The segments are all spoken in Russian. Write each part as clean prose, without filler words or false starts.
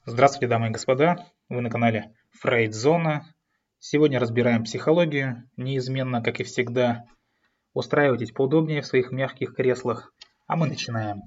Здравствуйте, дамы и господа! Вы на канале Фрейд-зона. Сегодня разбираем психологию. Неизменно, как и всегда, устраивайтесь поудобнее в своих мягких креслах, а мы начинаем.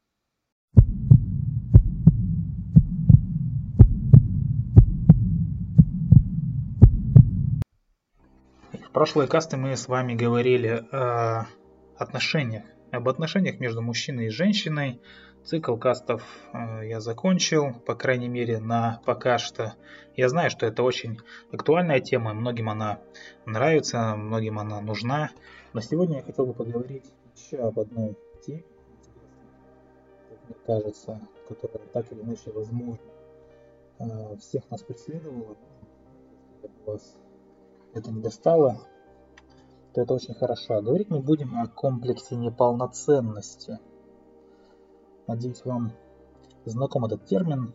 В прошлой касте мы с вами говорили о отношениях, об отношениях между мужчиной и женщиной. Цикл кастов я закончил, по крайней мере, на пока что. Я знаю, что это очень актуальная тема, многим она нравится, многим она нужна. Но сегодня я хотел бы поговорить еще об одной теме, как мне кажется, которая так или иначе возможно всех нас преследовала. Если вас это не достало, то это очень хорошо. Говорить мы будем о комплексе неполноценности. Надеюсь, вам знаком этот термин.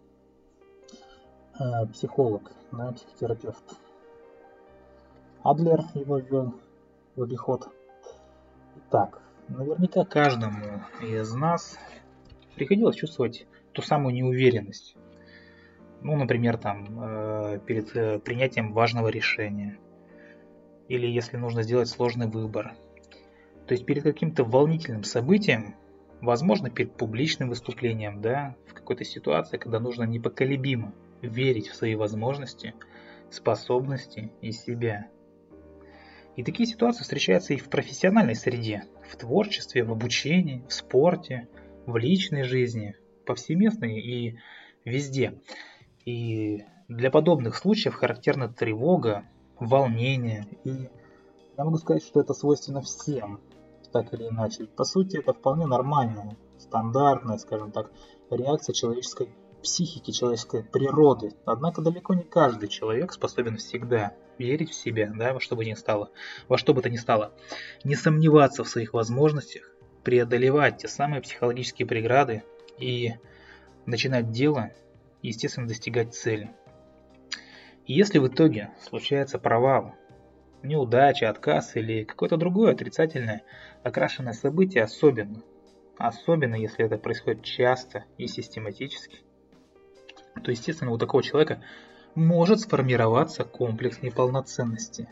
Психолог, да, психотерапевт Адлер его ввел в обиход. Итак, наверняка каждому из нас приходилось чувствовать ту самую неуверенность. Ну, например, перед принятием важного решения. Или если нужно сделать сложный выбор. То есть перед каким-то волнительным событием, возможно, перед публичным выступлением, да, в какой-то ситуации, когда нужно непоколебимо верить в свои возможности, способности и себя. И такие ситуации встречаются и в профессиональной среде, в творчестве, в обучении, в спорте, в личной жизни, повсеместно и везде. И для подобных случаев характерна тревога, волнение. И я могу сказать, что это свойственно всем, так или иначе. По сути, это вполне нормальная, стандартная, скажем так, реакция человеческой психики, человеческой природы. Однако далеко не каждый человек способен всегда верить в себя, да, во что бы то ни стало, не сомневаться в своих возможностях, преодолевать те самые психологические преграды и начинать дело, и, естественно, достигать цели. И если в итоге случается провал, неудача, отказ или какое-то другое отрицательное окрашенное событие, особенно если это происходит часто и систематически, то, естественно, у такого человека может сформироваться комплекс неполноценности.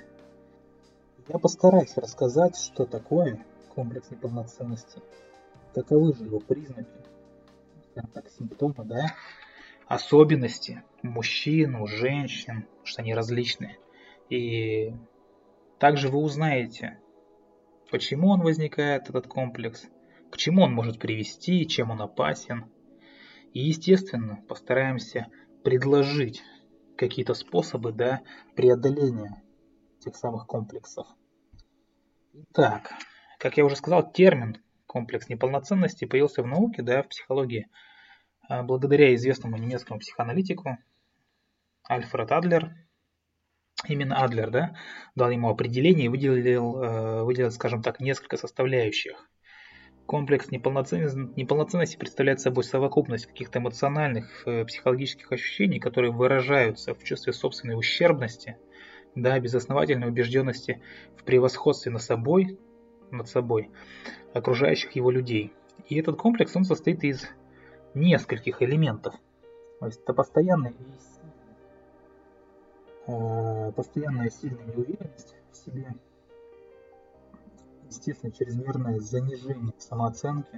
Я постараюсь рассказать, что такое комплекс неполноценности, каковы же его признаки, скажем так, симптомы, да, особенности мужчин, у женщин, что они различные. И также вы узнаете, почему он возникает, этот комплекс, к чему он может привести, чем он опасен. И, естественно, постараемся предложить какие-то способы, да, преодоления тех самых комплексов. Итак, как я уже сказал, термин комплекс неполноценности появился в науке, да, в психологии, благодаря известному немецкому психоаналитику Альфред Адлер. Именно Адлер, да, дал ему определение и выделил, скажем так, несколько составляющих. Комплекс неполноценности представляет собой совокупность каких-то эмоциональных, психологических ощущений, которые выражаются в чувстве собственной ущербности, да, безосновательной убежденности в превосходстве над собой окружающих его людей. И этот комплекс, он состоит из нескольких элементов. То есть это постоянная сильная неуверенность в себе, естественно, чрезмерное занижение самооценки,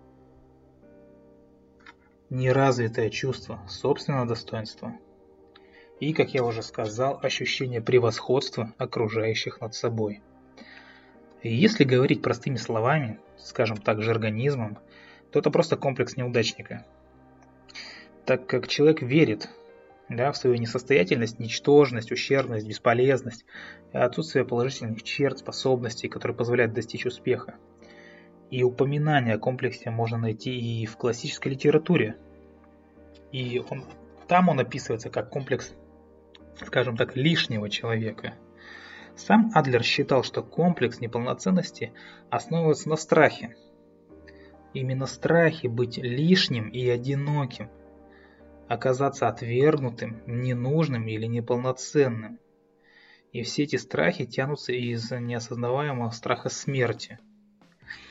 неразвитое чувство собственного достоинства и, как я уже сказал, ощущение превосходства окружающих над собой. И если говорить простыми словами, скажем так, жаргонизмом, то это просто комплекс неудачника. Так как человек верит, да, в свою несостоятельность, ничтожность, ущербность, бесполезность, отсутствие положительных черт, способностей, которые позволяют достичь успеха. И упоминание о комплексе можно найти и в классической литературе. И там он описывается как комплекс, скажем так, лишнего человека. Сам Адлер считал, что комплекс неполноценности основывается на страхе. Именно страхе быть лишним и одиноким, оказаться отвергнутым, ненужным или неполноценным. И все эти страхи тянутся из неосознаваемого страха смерти.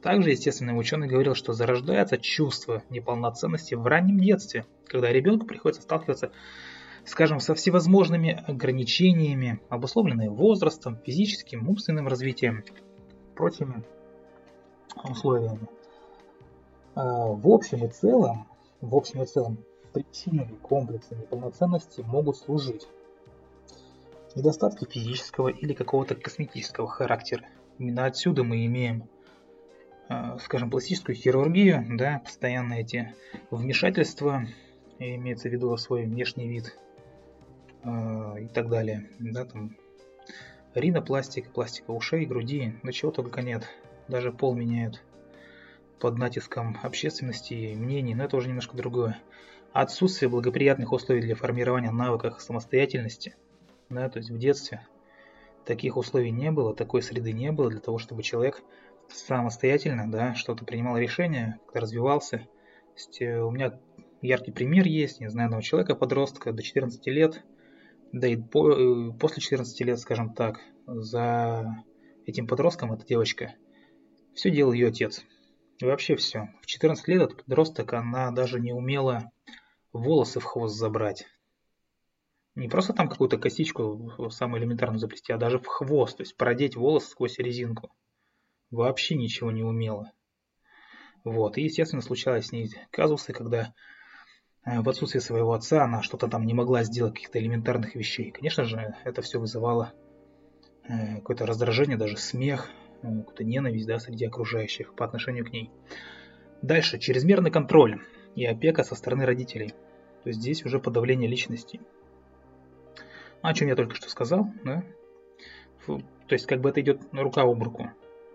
Также, естественно, ученый говорил, что зарождается чувство неполноценности в раннем детстве, когда ребенку приходится сталкиваться, скажем, со всевозможными ограничениями, обусловленными возрастом, физическим, умственным развитием, прочими условиями. В общем и целом, причинами комплекса неполноценности могут служить недостатки физического или какого-то косметического характера. Именно отсюда мы имеем, скажем, пластическую хирургию, да, постоянно эти вмешательства, имеется в виду свой внешний вид и так далее, да, там ринопластика, пластика ушей, груди, да чего только нет, даже пол меняют под натиском общественности и мнений, но это уже немножко другое. Отсутствие благоприятных условий для формирования навыков самостоятельности, да, то есть в детстве таких условий не было, такой среды не было для того, чтобы человек самостоятельно, да, что-то принимал решение, как-то развивался. То есть, у меня яркий пример есть, не знаю, одного человека, подростка до 14 лет, да и после 14 лет, скажем так, за этим подростком, эта девочка, все делал ее отец. И вообще все. В 14 лет этот подросток, она даже не умела волосы в хвост забрать. Не просто там какую-то косичку самую элементарную заплести, а даже в хвост, то есть продеть волосы сквозь резинку. Вообще ничего не умела. Вот. И, естественно, случались с ней казусы, когда в отсутствие своего отца она что-то там не могла сделать, каких-то элементарных вещей. Конечно же, это все вызывало какое-то раздражение, даже смех, какую-то ненависть, да, среди окружающих по отношению к ней. Дальше. Чрезмерный контроль и опека со стороны родителей. То есть здесь уже подавление личности. О чем я только что сказал, да? То есть как бы это идет рука об руку.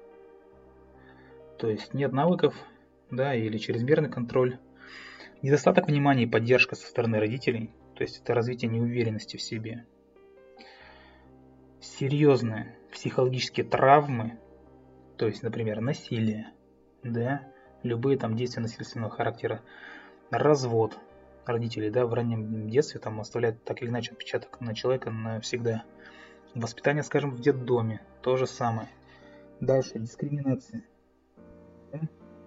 То есть нет навыков, да, или чрезмерный контроль. Недостаток внимания и поддержка со стороны родителей. То есть это развитие неуверенности в себе. Серьезные психологические травмы, то есть, например, насилие, да, любые там действия насильственного характера, развод родителей, да, в раннем детстве там оставляет так или иначе отпечаток на человека навсегда. Воспитание, скажем, в детдоме, то же самое. Дальше, дискриминация. Да?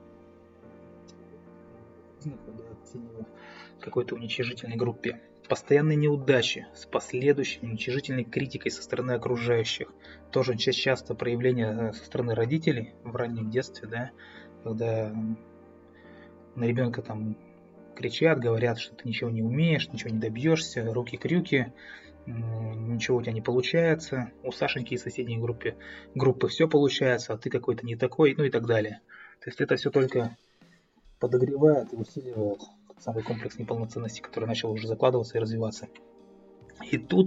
Какой-то уничижительной группе. Постоянные неудачи с последующей уничижительной критикой со стороны окружающих. Тоже часто проявление со стороны родителей в раннем детстве, да, когда на ребенка там кричат, говорят, что ты ничего не умеешь, ничего не добьешься, руки-крюки, ничего у тебя не получается. У Сашеньки из соседней группы все получается, а ты какой-то не такой, ну и так далее. То есть это все только подогревает и усиливает тот самый комплекс неполноценности, который начал уже закладываться и развиваться. И тут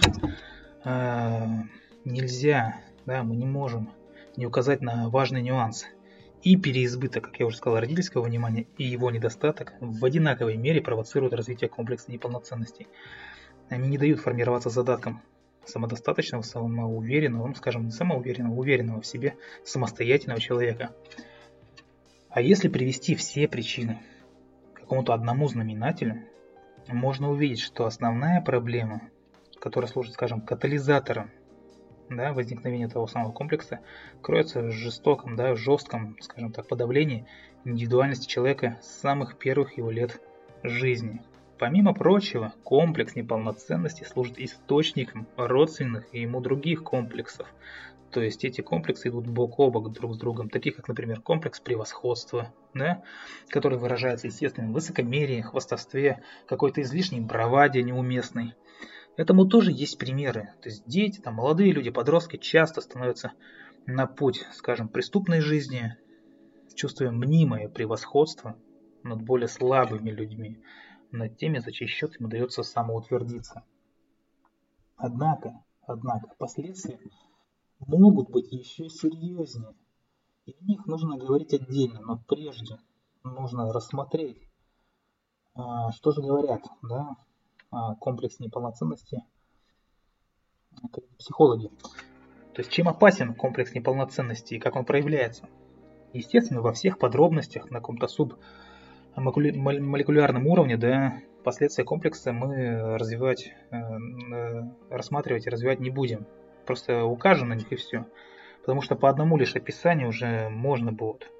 нельзя, да, мы не можем не указать на важный нюанс. И переизбыток, как я уже сказал, родительского внимания и его недостаток в одинаковой мере провоцируют развитие комплекса неполноценности. Они не дают формироваться задаткам самодостаточного, самоуверенного, ну скажем, не самоуверенного, уверенного в себе, самостоятельного человека. А если привести все причины к какому-то одному знаменателю, можно увидеть, что основная проблема, которая служит, скажем, катализатором, да, возникновения того самого комплекса, кроется в жестоком, да, жестком, скажем так, подавлении индивидуальности человека с самых первых его лет жизни. Помимо прочего, комплекс неполноценности служит источником родственных ему других комплексов. То есть эти комплексы идут бок о бок друг с другом, таких как, например, комплекс превосходства, да, который выражается, естественно, в высокомерии, хвастовстве, какой-то излишней браваде неуместной. Этому тоже есть примеры. То есть дети, там, молодые люди, подростки часто становятся на путь, скажем, преступной жизни, чувствуя мнимое превосходство над более слабыми людьми, над теми, за чей счет им удается самоутвердиться. Однако, последствия могут быть еще серьезнее. И о них нужно говорить отдельно, но прежде нужно рассмотреть, что же говорят, да, о комплексе неполноценности психологи. То есть чем опасен комплекс неполноценности и как он проявляется. Естественно, во всех подробностях на каком-то субмолекулярном уровне, да, последствия комплекса мы рассматривать и развивать не будем. Просто укажем на них и все. Потому что по одному лишь описанию уже можно будет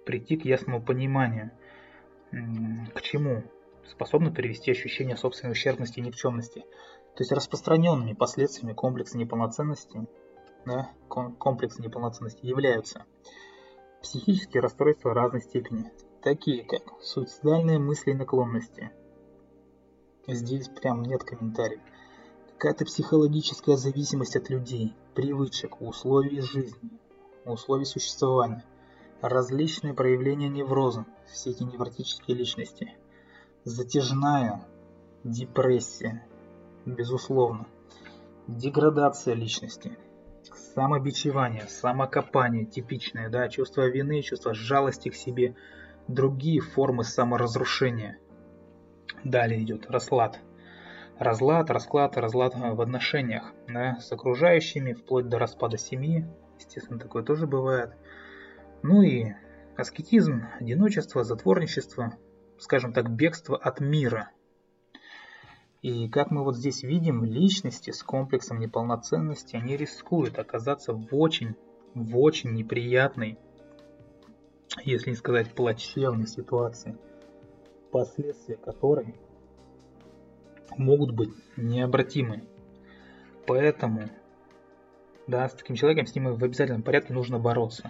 прийти к ясному пониманию, к чему способны привести ощущение собственной ущербности и никчемности. То есть распространенными последствиями комплекса неполноценности, да, комплекса неполноценности являются психические расстройства разной степени, такие как суицидальные мысли и наклонности. Здесь прям нет комментариев. Какая-то психологическая зависимость от людей, привычек, условий жизни, условий существования, различные проявления невроза, все эти невротические личности, затяжная депрессия, безусловно, деградация личности, самобичевание, самокопание типичное, да, чувство вины, чувство жалости к себе, другие формы саморазрушения. Далее идет расклад в отношениях, да, с окружающими, вплоть до распада семьи, естественно, такое тоже бывает. Ну и аскетизм, одиночество, затворничество, скажем так, бегство от мира. И как мы вот здесь видим, личности с комплексом неполноценности, они рискуют оказаться в очень неприятной, если не сказать плачевной ситуации, последствия которой могут быть необратимы. Поэтому, да, с таким человеком, с ним в обязательном порядке нужно бороться.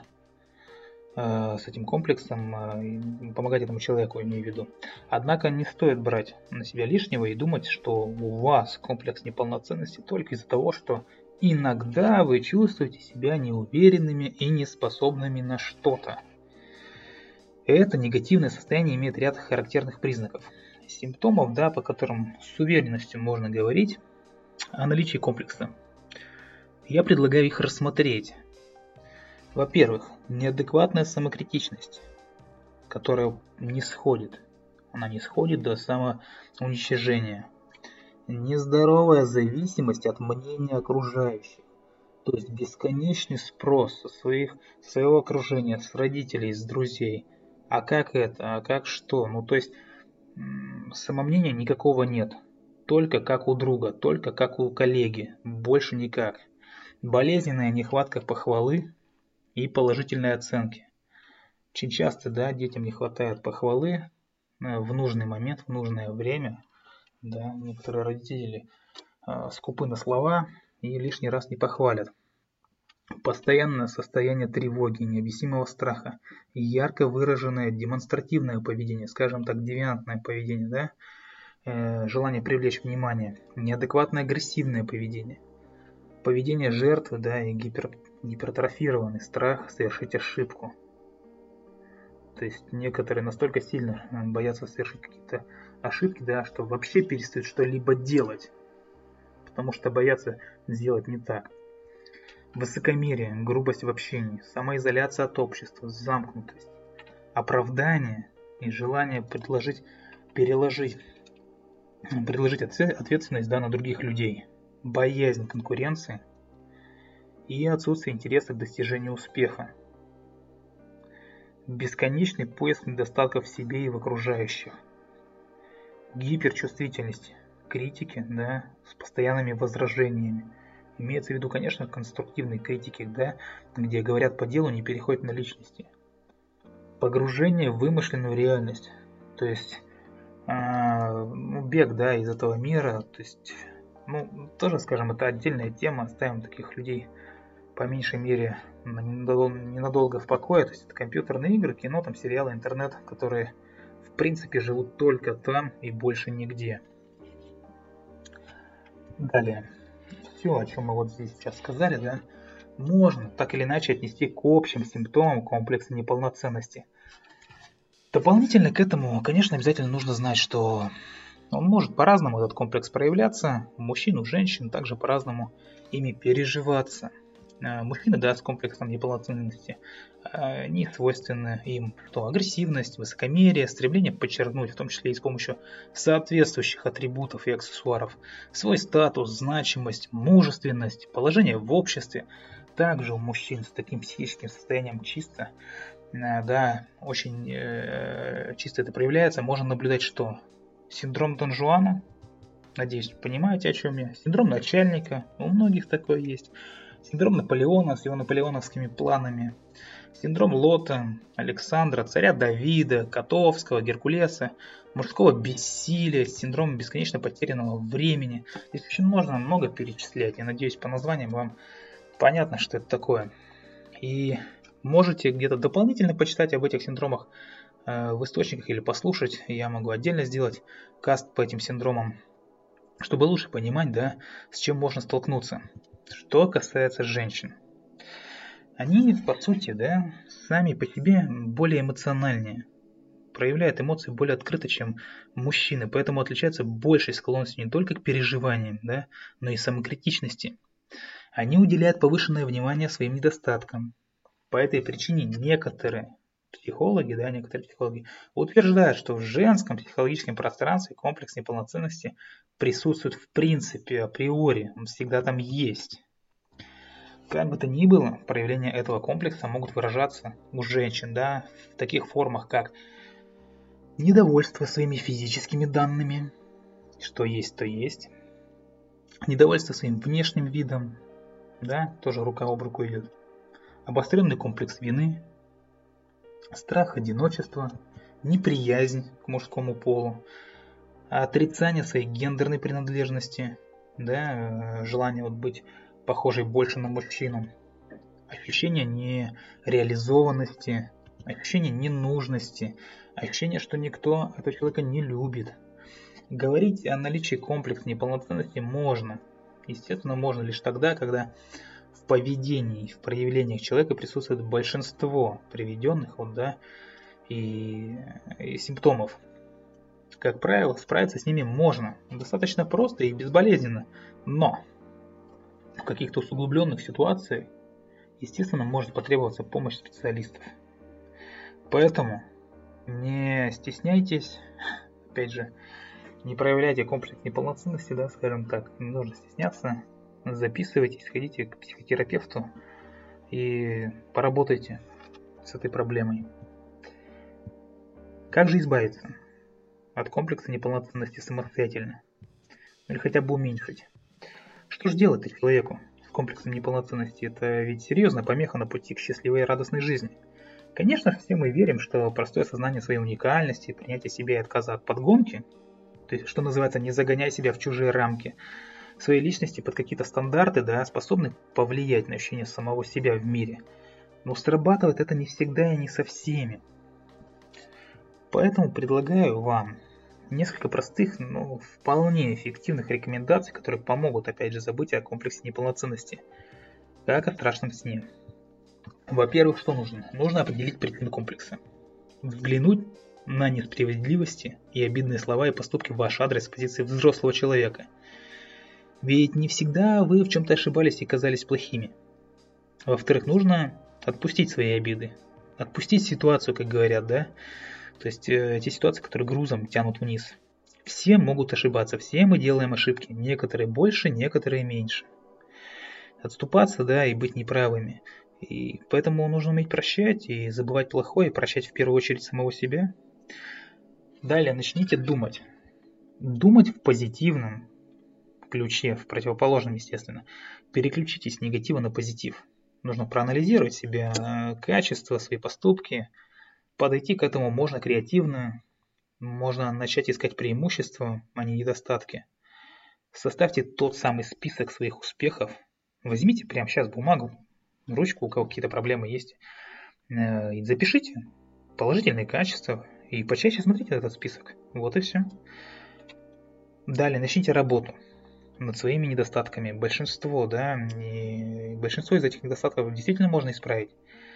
С этим комплексом, помогать этому человеку, имею в виду. Однако не стоит брать на себя лишнего и думать, что у вас комплекс неполноценности только из-за того, что иногда вы чувствуете себя неуверенными и неспособными на что-то. Это негативное состояние имеет ряд характерных признаков. Симптомов, да, по которым с уверенностью можно говорить о наличии комплекса. Я предлагаю их рассмотреть. Во-первых, неадекватная самокритичность, которая не сходит. Она не сходит до самоуничижения. Нездоровая зависимость от мнения окружающих. То есть бесконечный спрос со своего окружения, с родителей, с друзей. А как это? А как что? Ну, то есть самомнения никакого нет. Только как у друга, только как у коллеги. Больше никак. Болезненная нехватка похвалы и положительной оценки. Очень часто, да, детям не хватает похвалы в нужный момент, в нужное время. Да, некоторые родители скупы на слова и лишний раз не похвалят. Постоянное состояние тревоги, необъяснимого страха, ярко выраженное демонстративное поведение, скажем так, девиантное поведение, да, желание привлечь внимание, неадекватное агрессивное поведение, поведение жертвы, да, и гипертрофированный страх совершить ошибку. То есть некоторые настолько сильно боятся совершить какие-то ошибки, да, что вообще перестают что-либо делать, потому что боятся сделать не так. Высокомерие, грубость в общении, самоизоляция от общества, замкнутость, оправдание и желание переложить ответственность, да, на других людей, боязнь конкуренции и отсутствие интереса к достижению успеха. Бесконечный поиск недостатков в себе и в окружающих. Гиперчувствительность, критики, да, с постоянными возражениями. Имеется в виду, конечно, конструктивные критики, да, где говорят по делу, не переходят на личности. Погружение в вымышленную реальность, то есть бег, да, из этого мира, то есть, тоже, скажем, это отдельная тема, оставим таких людей по меньшей мере ненадолго в покое, то есть это компьютерные игры, кино, там сериалы, интернет, которые в принципе живут только там и больше нигде. Далее. Все, о чем мы вот здесь сейчас сказали, да, можно так или иначе отнести к общим симптомам комплекса неполноценности. Дополнительно к этому, конечно, обязательно нужно знать, что он может по-разному, этот комплекс, проявляться. У мужчин, у женщин также по-разному ими переживаться. Мужчины, да, с комплексом неполноценности, не свойственны им что агрессивность, высокомерие, стремление подчеркнуть, в том числе и с помощью соответствующих атрибутов и аксессуаров, свой статус, значимость, мужественность, положение в обществе. Также у мужчин с таким психическим состоянием чисто, да, очень чисто это проявляется, можно наблюдать, что синдром Дон Жуана, надеюсь, понимаете, о чем я, синдром начальника, у многих такое есть. Синдром Наполеона с его наполеоновскими планами, Синдром Лота, Александра, царя Давида, Котовского, Геркулеса, мужского бессилия, синдром бесконечно потерянного времени. Здесь очень можно много перечислять. Я надеюсь, по названиям вам понятно, что это такое. И можете где-то дополнительно почитать об этих синдромах в источниках или послушать. Я могу отдельно сделать каст по этим синдромам, чтобы лучше понимать, да, с чем можно столкнуться. Что касается женщин. Они, по сути, да, сами по себе более эмоциональнее, проявляют эмоции более открыто, чем мужчины, поэтому отличаются большей склонностью не только к переживаниям, да, но и самокритичности. Они уделяют повышенное внимание своим недостаткам. По этой причине некоторые психологи утверждают, что в женском психологическом пространстве комплекс неполноценности присутствует в принципе, априори, он всегда там есть. Как бы то ни было, проявления этого комплекса могут выражаться у женщин, да, в таких формах, как недовольство своими физическими данными, что есть, то есть, недовольство своим внешним видом, да, тоже рука об руку идет, обостренный комплекс вины, страх одиночества, неприязнь к мужскому полу, отрицание своей гендерной принадлежности, да, желание вот быть похожей больше на мужчину, ощущение нереализованности, ощущение ненужности, ощущение, что никто этого человека не любит. Говорить о наличии комплекса неполноценности можно. Естественно, можно лишь тогда, когда в поведении, в проявлениях человека присутствует большинство приведенных вот, да, и симптомов. Как правило, справиться с ними можно. Достаточно просто и безболезненно. Но в каких-то усугубленных ситуациях, естественно, может потребоваться помощь специалистов. Поэтому не стесняйтесь, опять же, не проявляйте комплекс неполноценности, да, скажем так, не нужно стесняться, записывайтесь, ходите к психотерапевту и поработайте с этой проблемой. Как же избавиться от комплекса неполноценности самостоятельно? Или хотя бы уменьшить? Что же делать человеку с комплексом неполноценности? Это ведь серьезная помеха на пути к счастливой и радостной жизни. Конечно же, все мы верим, что простое осознание своей уникальности, принятие себя и отказа от подгонки, то есть, что называется, не загоняя себя в чужие рамки своей личности под какие-то стандарты, да, способны повлиять на ощущение самого себя в мире. Но срабатывает это не всегда и не со всеми. Поэтому предлагаю вам несколько простых, но вполне эффективных рекомендаций, которые помогут, опять же, забыть о комплексе неполноценности, как о страшном сне. Во-первых, что нужно? Нужно определить причину комплекса. Взглянуть на несправедливости и обидные слова и поступки в ваш адрес с позиции взрослого человека. Ведь не всегда вы в чем-то ошибались и казались плохими. Во-вторых, нужно отпустить свои обиды. Отпустить ситуацию, как говорят, да? То есть те ситуации, которые грузом тянут вниз. Все могут ошибаться, все мы делаем ошибки. Некоторые больше, некоторые меньше. Отступаться, да, и быть неправыми. И поэтому нужно уметь прощать и забывать плохое, и прощать в первую очередь самого себя. Далее начните думать. Думать в позитивном ключе, в противоположном, естественно. Переключитесь с негатива на позитив. Нужно проанализировать себя, качества, свои поступки. Подойти к этому можно креативно. Можно начать искать преимущества, а не недостатки. Составьте тот самый список своих успехов. Возьмите прямо сейчас бумагу, ручку, у кого какие-то проблемы есть, и запишите положительные качества и почаще смотрите этот список. Вот и все. Далее начните работу над своими недостатками. Большинство из этих недостатков действительно можно исправить.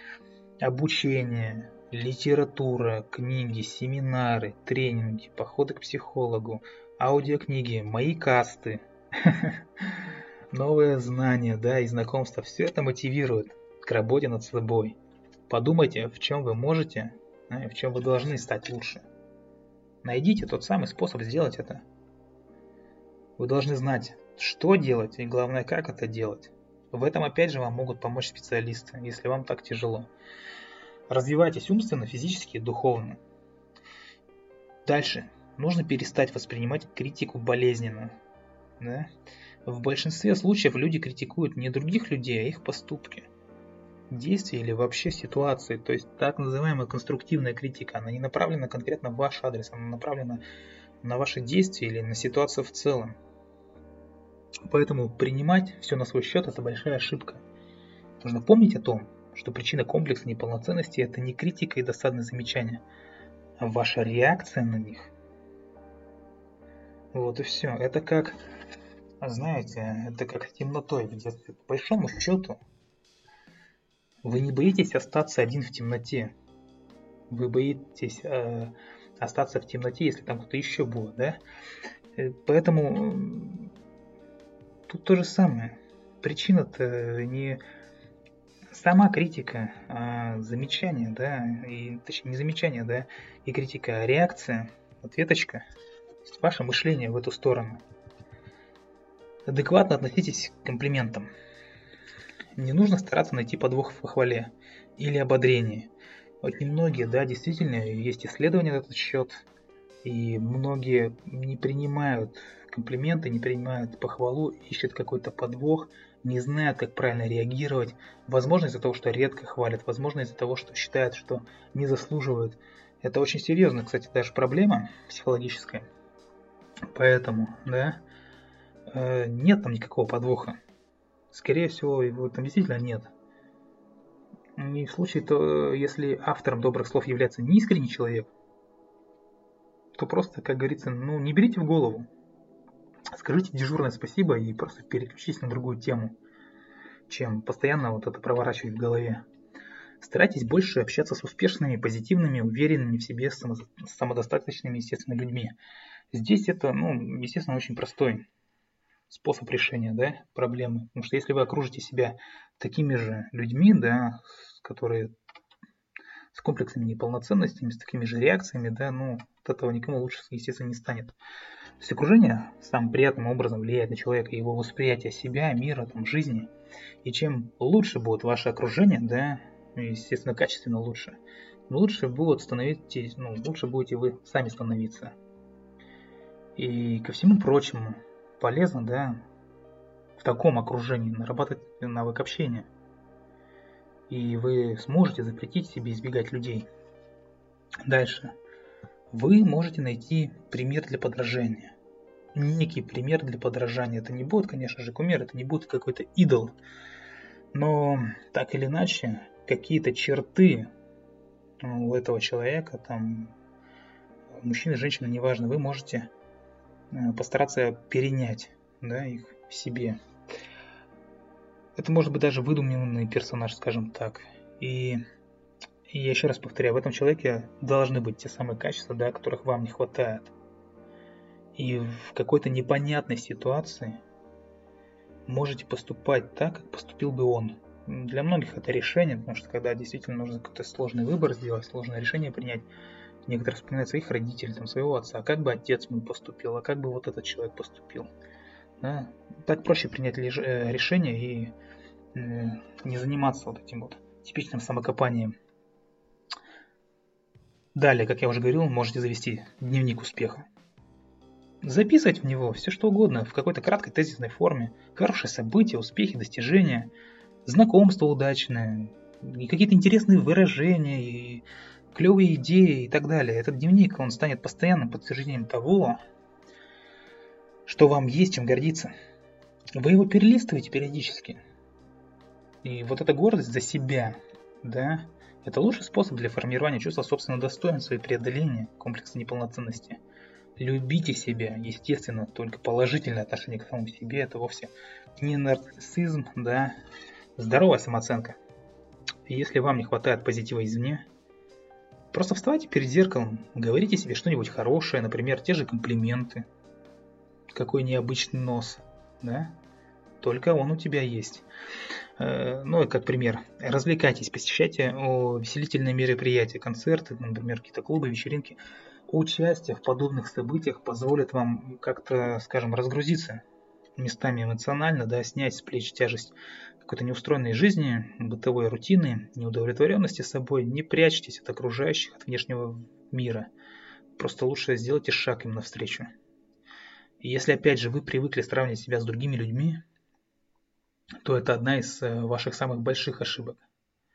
Обучение, литература, книги, семинары, тренинги, походы к психологу, аудиокниги, мои касты, новые знания, да, и знакомства. Все это мотивирует к работе над собой. Подумайте, в чем вы можете, и в чем вы должны стать лучше. Найдите тот самый способ сделать это. Вы должны знать, что делать, и главное, как это делать. В этом опять же вам могут помочь специалисты, если вам так тяжело. Развивайтесь умственно, физически и духовно. Дальше. Нужно перестать воспринимать критику болезненно. Да? В большинстве случаев люди критикуют не других людей, а их поступки. действия или вообще ситуации. То есть так называемая конструктивная критика, она не направлена конкретно в ваш адрес, она направлена на ваши действия или на ситуацию в целом. Поэтому принимать все на свой счет – это большая ошибка. Нужно помнить о том, что причина комплекса неполноценности – это не критика и досадные замечания, а ваша реакция на них. Вот и все. Это как, знаете, это как с темнотой в детстве. По большому счету, вы не боитесь остаться один в темноте. Вы боитесь остаться в темноте, если там кто-то еще будет, да? Поэтому тут то же самое. Причина-то не сама критика, а замечание, да, и, точнее, не замечание, да, и критика, а реакция, ответочка, то есть ваше мышление в эту сторону. Адекватно относитесь к комплиментам. Не нужно стараться найти подвох в похвале или ободрении. Вот немногие, да, действительно, есть исследования на этот счет, и многие не принимают комплименты, не принимают похвалу, ищут какой-то подвох, не знают, как правильно реагировать. Возможно, из-за того, что редко хвалят, возможно, из-за того, что считают, что не заслуживают. Это очень серьезная, кстати, даже проблема психологическая. Поэтому, да, нет там никакого подвоха. Скорее всего, его там действительно нет. И в случае, то, если автором добрых слов является неискренний человек, то просто, как говорится, не берите в голову. Скажите дежурное спасибо и просто переключитесь на другую тему, чем постоянно вот это проворачивать в голове. Старайтесь больше общаться с успешными, позитивными, уверенными в себе, самодостаточными, естественно, людьми. Здесь это, естественно, очень простой способ решения, да, проблемы. Потому что если вы окружите себя такими же людьми, да, которые с комплексами неполноценностями, с такими же реакциями, да, от этого никому лучше, естественно, не станет. То есть окружение самым приятным образом влияет на человека и его восприятие себя, мира, жизни. И чем лучше будет ваше окружение, да, естественно, качественно лучше, лучше будете вы сами становиться. И ко всему прочему, полезно, да, в таком окружении нарабатывать навык общения. И вы сможете запретить себе избегать людей. Дальше. Вы можете найти пример для подражания. Некий пример для подражания. Это не будет, конечно же, кумир, это не будет какой-то идол. Но так или иначе, какие-то черты у этого человека, мужчина, женщина, неважно, вы можете постараться перенять, да, их в себе. Это может быть даже выдуманный персонаж, скажем так. И я еще раз повторяю, в этом человеке должны быть те самые качества, да, которых вам не хватает. И в какой-то непонятной ситуации можете поступать так, как поступил бы он. Для многих это решение, потому что когда действительно нужно какой-то сложный выбор сделать, сложное решение принять, некоторые вспоминают своих родителей, своего отца, как бы отец мой поступил, а как бы вот этот человек поступил. Да? Так проще принять решение и не заниматься вот этим вот типичным самокопанием. Далее, как я уже говорил, можете завести дневник успеха. Записывать в него все что угодно, в какой-то краткой тезисной форме. Хорошие события, успехи, достижения, знакомства удачные, и какие-то интересные выражения, и клевые идеи и так далее. Этот дневник, он станет постоянным подтверждением того, что вам есть чем гордиться. Вы его перелистываете периодически. И вот эта гордость за себя, да, это лучший способ для формирования чувства собственного достоинства и преодоления комплекса неполноценности. Любите себя, естественно, только положительное отношение к самому себе, это вовсе не нарциссизм, да, здоровая самооценка. И если вам не хватает позитива извне, просто вставайте перед зеркалом, говорите себе что-нибудь хорошее, например, те же комплименты. Какой необычный нос, да? Только он у тебя есть. Как пример, развлекайтесь, посещайте веселительные мероприятия, концерты, например, какие-то клубы, вечеринки. Участие в подобных событиях позволит вам как-то, скажем, разгрузиться местами эмоционально, да, снять с плеч тяжесть какой-то неустроенной жизни, бытовой рутины, неудовлетворенности собой. Не прячьтесь от окружающих, от внешнего мира. Просто лучше сделайте шаг им навстречу. И если, опять же, вы привыкли сравнивать себя с другими людьми, то это одна из ваших самых больших ошибок.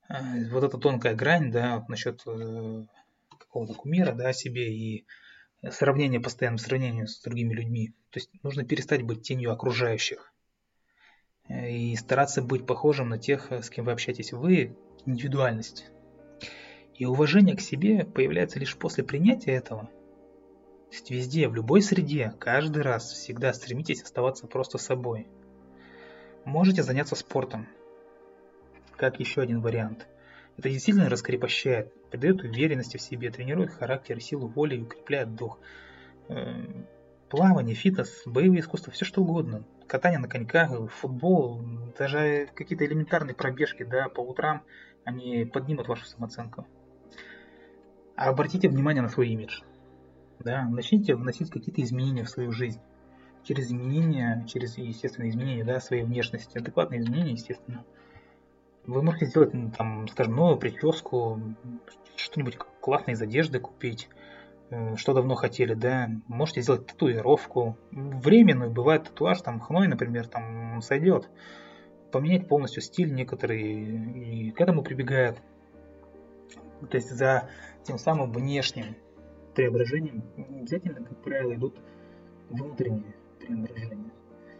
Вот эта тонкая грань, да, вот насчет какого-то кумира, да, о себе и сравнение, постоянное сравнение с другими людьми. То есть нужно перестать быть тенью окружающих и стараться быть похожим на тех, с кем вы общаетесь. Вы – индивидуальность. И уважение к себе появляется лишь после принятия этого. То есть везде, в любой среде, каждый раз, всегда стремитесь оставаться просто собой. Можете заняться спортом, как еще один вариант. Это действительно раскрепощает, придает уверенности в себе, тренирует характер, силу воли и укрепляет дух. Плавание, фитнес, боевые искусства, все что угодно. Катание на коньках, футбол, даже какие-то элементарные пробежки, да, по утрам, они поднимут вашу самооценку. А обратите внимание на свой имидж. Да, начните вносить какие-то изменения в свою жизнь. Через изменения, через естественные изменения, да, своей внешности, адекватные изменения, естественно. Вы можете сделать, там, скажем, новую прическу, что-нибудь классное из одежды купить, что давно хотели, да. Можете сделать татуировку, временную, бывает татуаж, там, хной, например, там, сойдет. Поменять полностью стиль некоторые, и к этому прибегают. То есть за тем самым внешним преображением обязательно, как правило, идут внутренние преображения.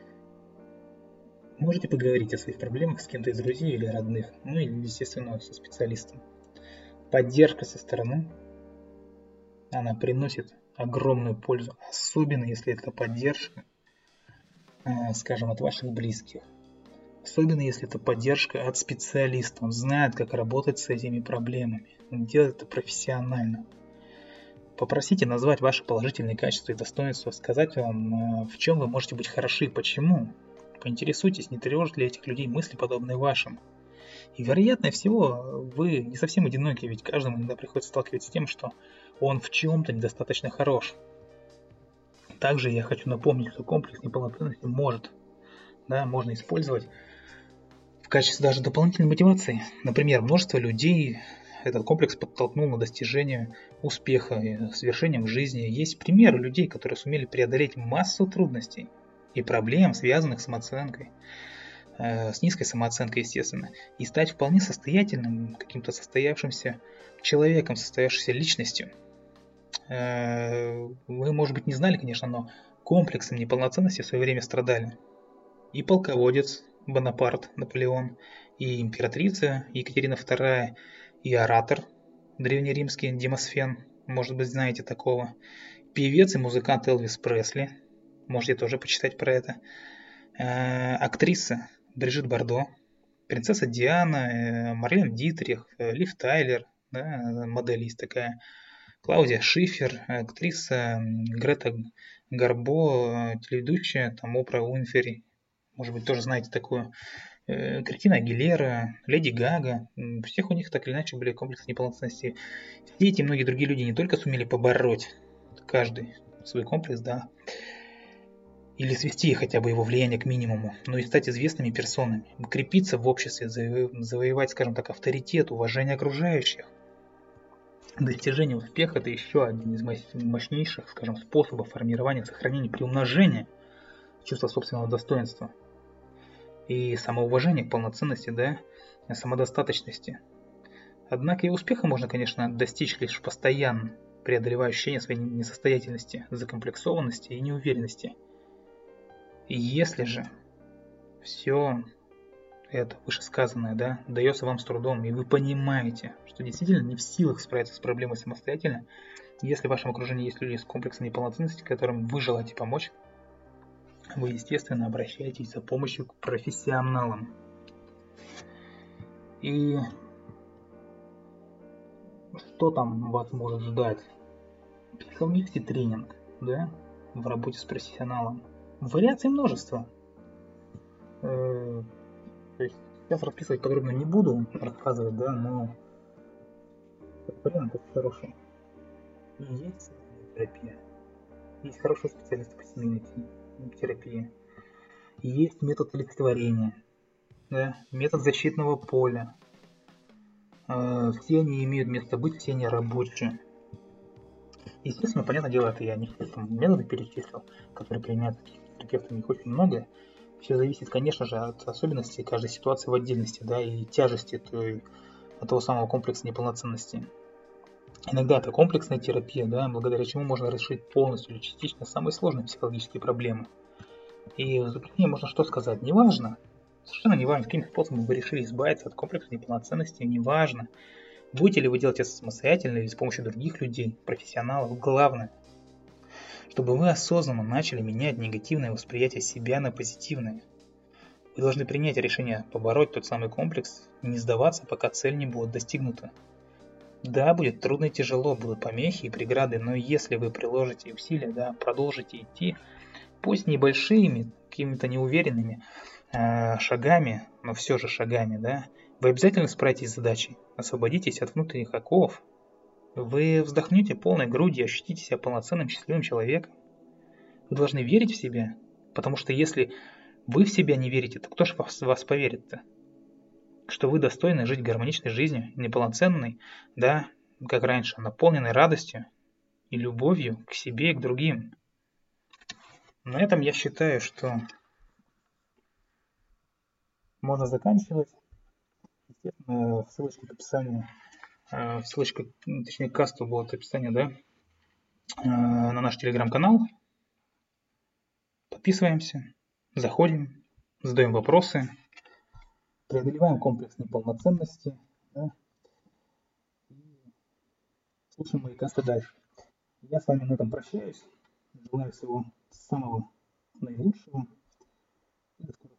Можете поговорить о своих проблемах с кем-то из друзей или родных, ну или, естественно, со специалистом. Поддержка со стороны, она приносит огромную пользу, особенно если это поддержка, скажем, от ваших близких. Особенно если это поддержка от специалиста, он знает, как работать с этими проблемами, он делает это профессионально. Попросите назвать ваши положительные качества и достоинства, сказать вам, в чем вы можете быть хороши и почему. Поинтересуйтесь, не тревожат ли этих людей мысли, подобные вашим. И вероятнее всего, вы не совсем одиноки, ведь каждому иногда приходится сталкиваться с тем, что он в чем-то недостаточно хорош. Также я хочу напомнить, что комплекс неполноценности можно использовать в качестве даже дополнительной мотивации. Например, множество людей этот комплекс подтолкнул на достижение успеха и свершения в жизни. Есть примеры людей, которые сумели преодолеть массу трудностей и проблем, связанных с самооценкой, с низкой самооценкой, естественно, и стать вполне состоятельным, каким-то состоявшимся человеком, состоявшейся личностью. Вы, может быть, не знали, конечно, но комплексом неполноценности в свое время страдали и полководец Бонапарт, Наполеон, и императрица Екатерина II, и оратор древнеримский Демосфен, может быть, знаете такого, певец и музыкант Элвис Пресли, можете тоже почитать про это, актриса Брижит Бардо, принцесса Диана, Марлен Дитрих, Лив Тайлер, да, модель есть такая, Клаудия Шифер, актриса Грета Гарбо, телеведущая, там Опра Уинфри, может быть, тоже знаете такую, Кристина Агилера, Леди Гага, всех у них так или иначе были комплексы неполноценности. Все эти и многие другие люди не только сумели побороть каждый свой комплекс, да, или свести хотя бы его влияние к минимуму, но и стать известными персонами, укрепиться в обществе, завоевать, скажем так, авторитет, уважение окружающих. Достижение успеха – это еще один из мощнейших, скажем, способов формирования, сохранения, приумножения чувства собственного достоинства и самоуважения к полноценности, да, самодостаточности. Однако и успеха можно, конечно, достичь лишь постоянно, преодолевая ощущение своей несостоятельности, закомплексованности и неуверенности. И если же все это вышесказанное, да, дается вам с трудом, и вы понимаете, что действительно не в силах справиться с проблемой самостоятельно, если в вашем окружении есть люди с комплексом неполноценности, которым вы желаете помочь, вы, естественно, обращаетесь за помощью к профессионалам. И что там вас может ждать? Совместите тренинг, да, в работе с профессионалом. Вариаций множество. То есть сейчас расписывать подробно не буду, рассказывать, да, но вариант очень хороший. И есть терапия. Есть хорошие специалисты по семейной терапии. И есть метод олицетворения, да, метод защитного поля. Все они имеют место быть, все они рабочие. Естественно, понятное дело, это я не все там методы перечислил, которые применяются терапевтами, их очень много. Все зависит, конечно же, от особенностей каждой ситуации в отдельности, да, и тяжести той от того самого комплекса неполноценности. Иногда это комплексная терапия, да, благодаря чему можно решить полностью или частично самые сложные психологические проблемы. И в заключение можно что сказать? Неважно, совершенно неважно, каким способом вы решили избавиться от комплекса неполноценности, неважно, будете ли вы делать это самостоятельно или с помощью других людей, профессионалов. Главное, чтобы вы осознанно начали менять негативное восприятие себя на позитивное. Вы должны принять решение побороть тот самый комплекс и не сдаваться, пока цель не будет достигнута. Да, будет трудно и тяжело, будут помехи и преграды, но если вы приложите усилия, да, продолжите идти, пусть небольшими, какими-то неуверенными шагами, но все же шагами, да, вы обязательно справитесь с задачей, освободитесь от внутренних оков, вы вздохнете полной грудью и ощутите себя полноценным счастливым человеком. Вы должны верить в себя, потому что если вы в себя не верите, то кто же в вас поверит-то? Что вы достойны жить гармоничной жизнью, неполноценной, да, как раньше, наполненной радостью и любовью к себе и к другим. На этом я считаю, что можно заканчивать. Естественно, ссылочка к описанию, ссылочка, точнее, к касту будет описание, да, на наш телеграм-канал. Подписываемся, заходим, задаем вопросы, преодолеваем комплекс неполноценности, да, и слушаем мои касты дальше. Я с вами на этом прощаюсь. Желаю всего самого наилучшего. И до скорых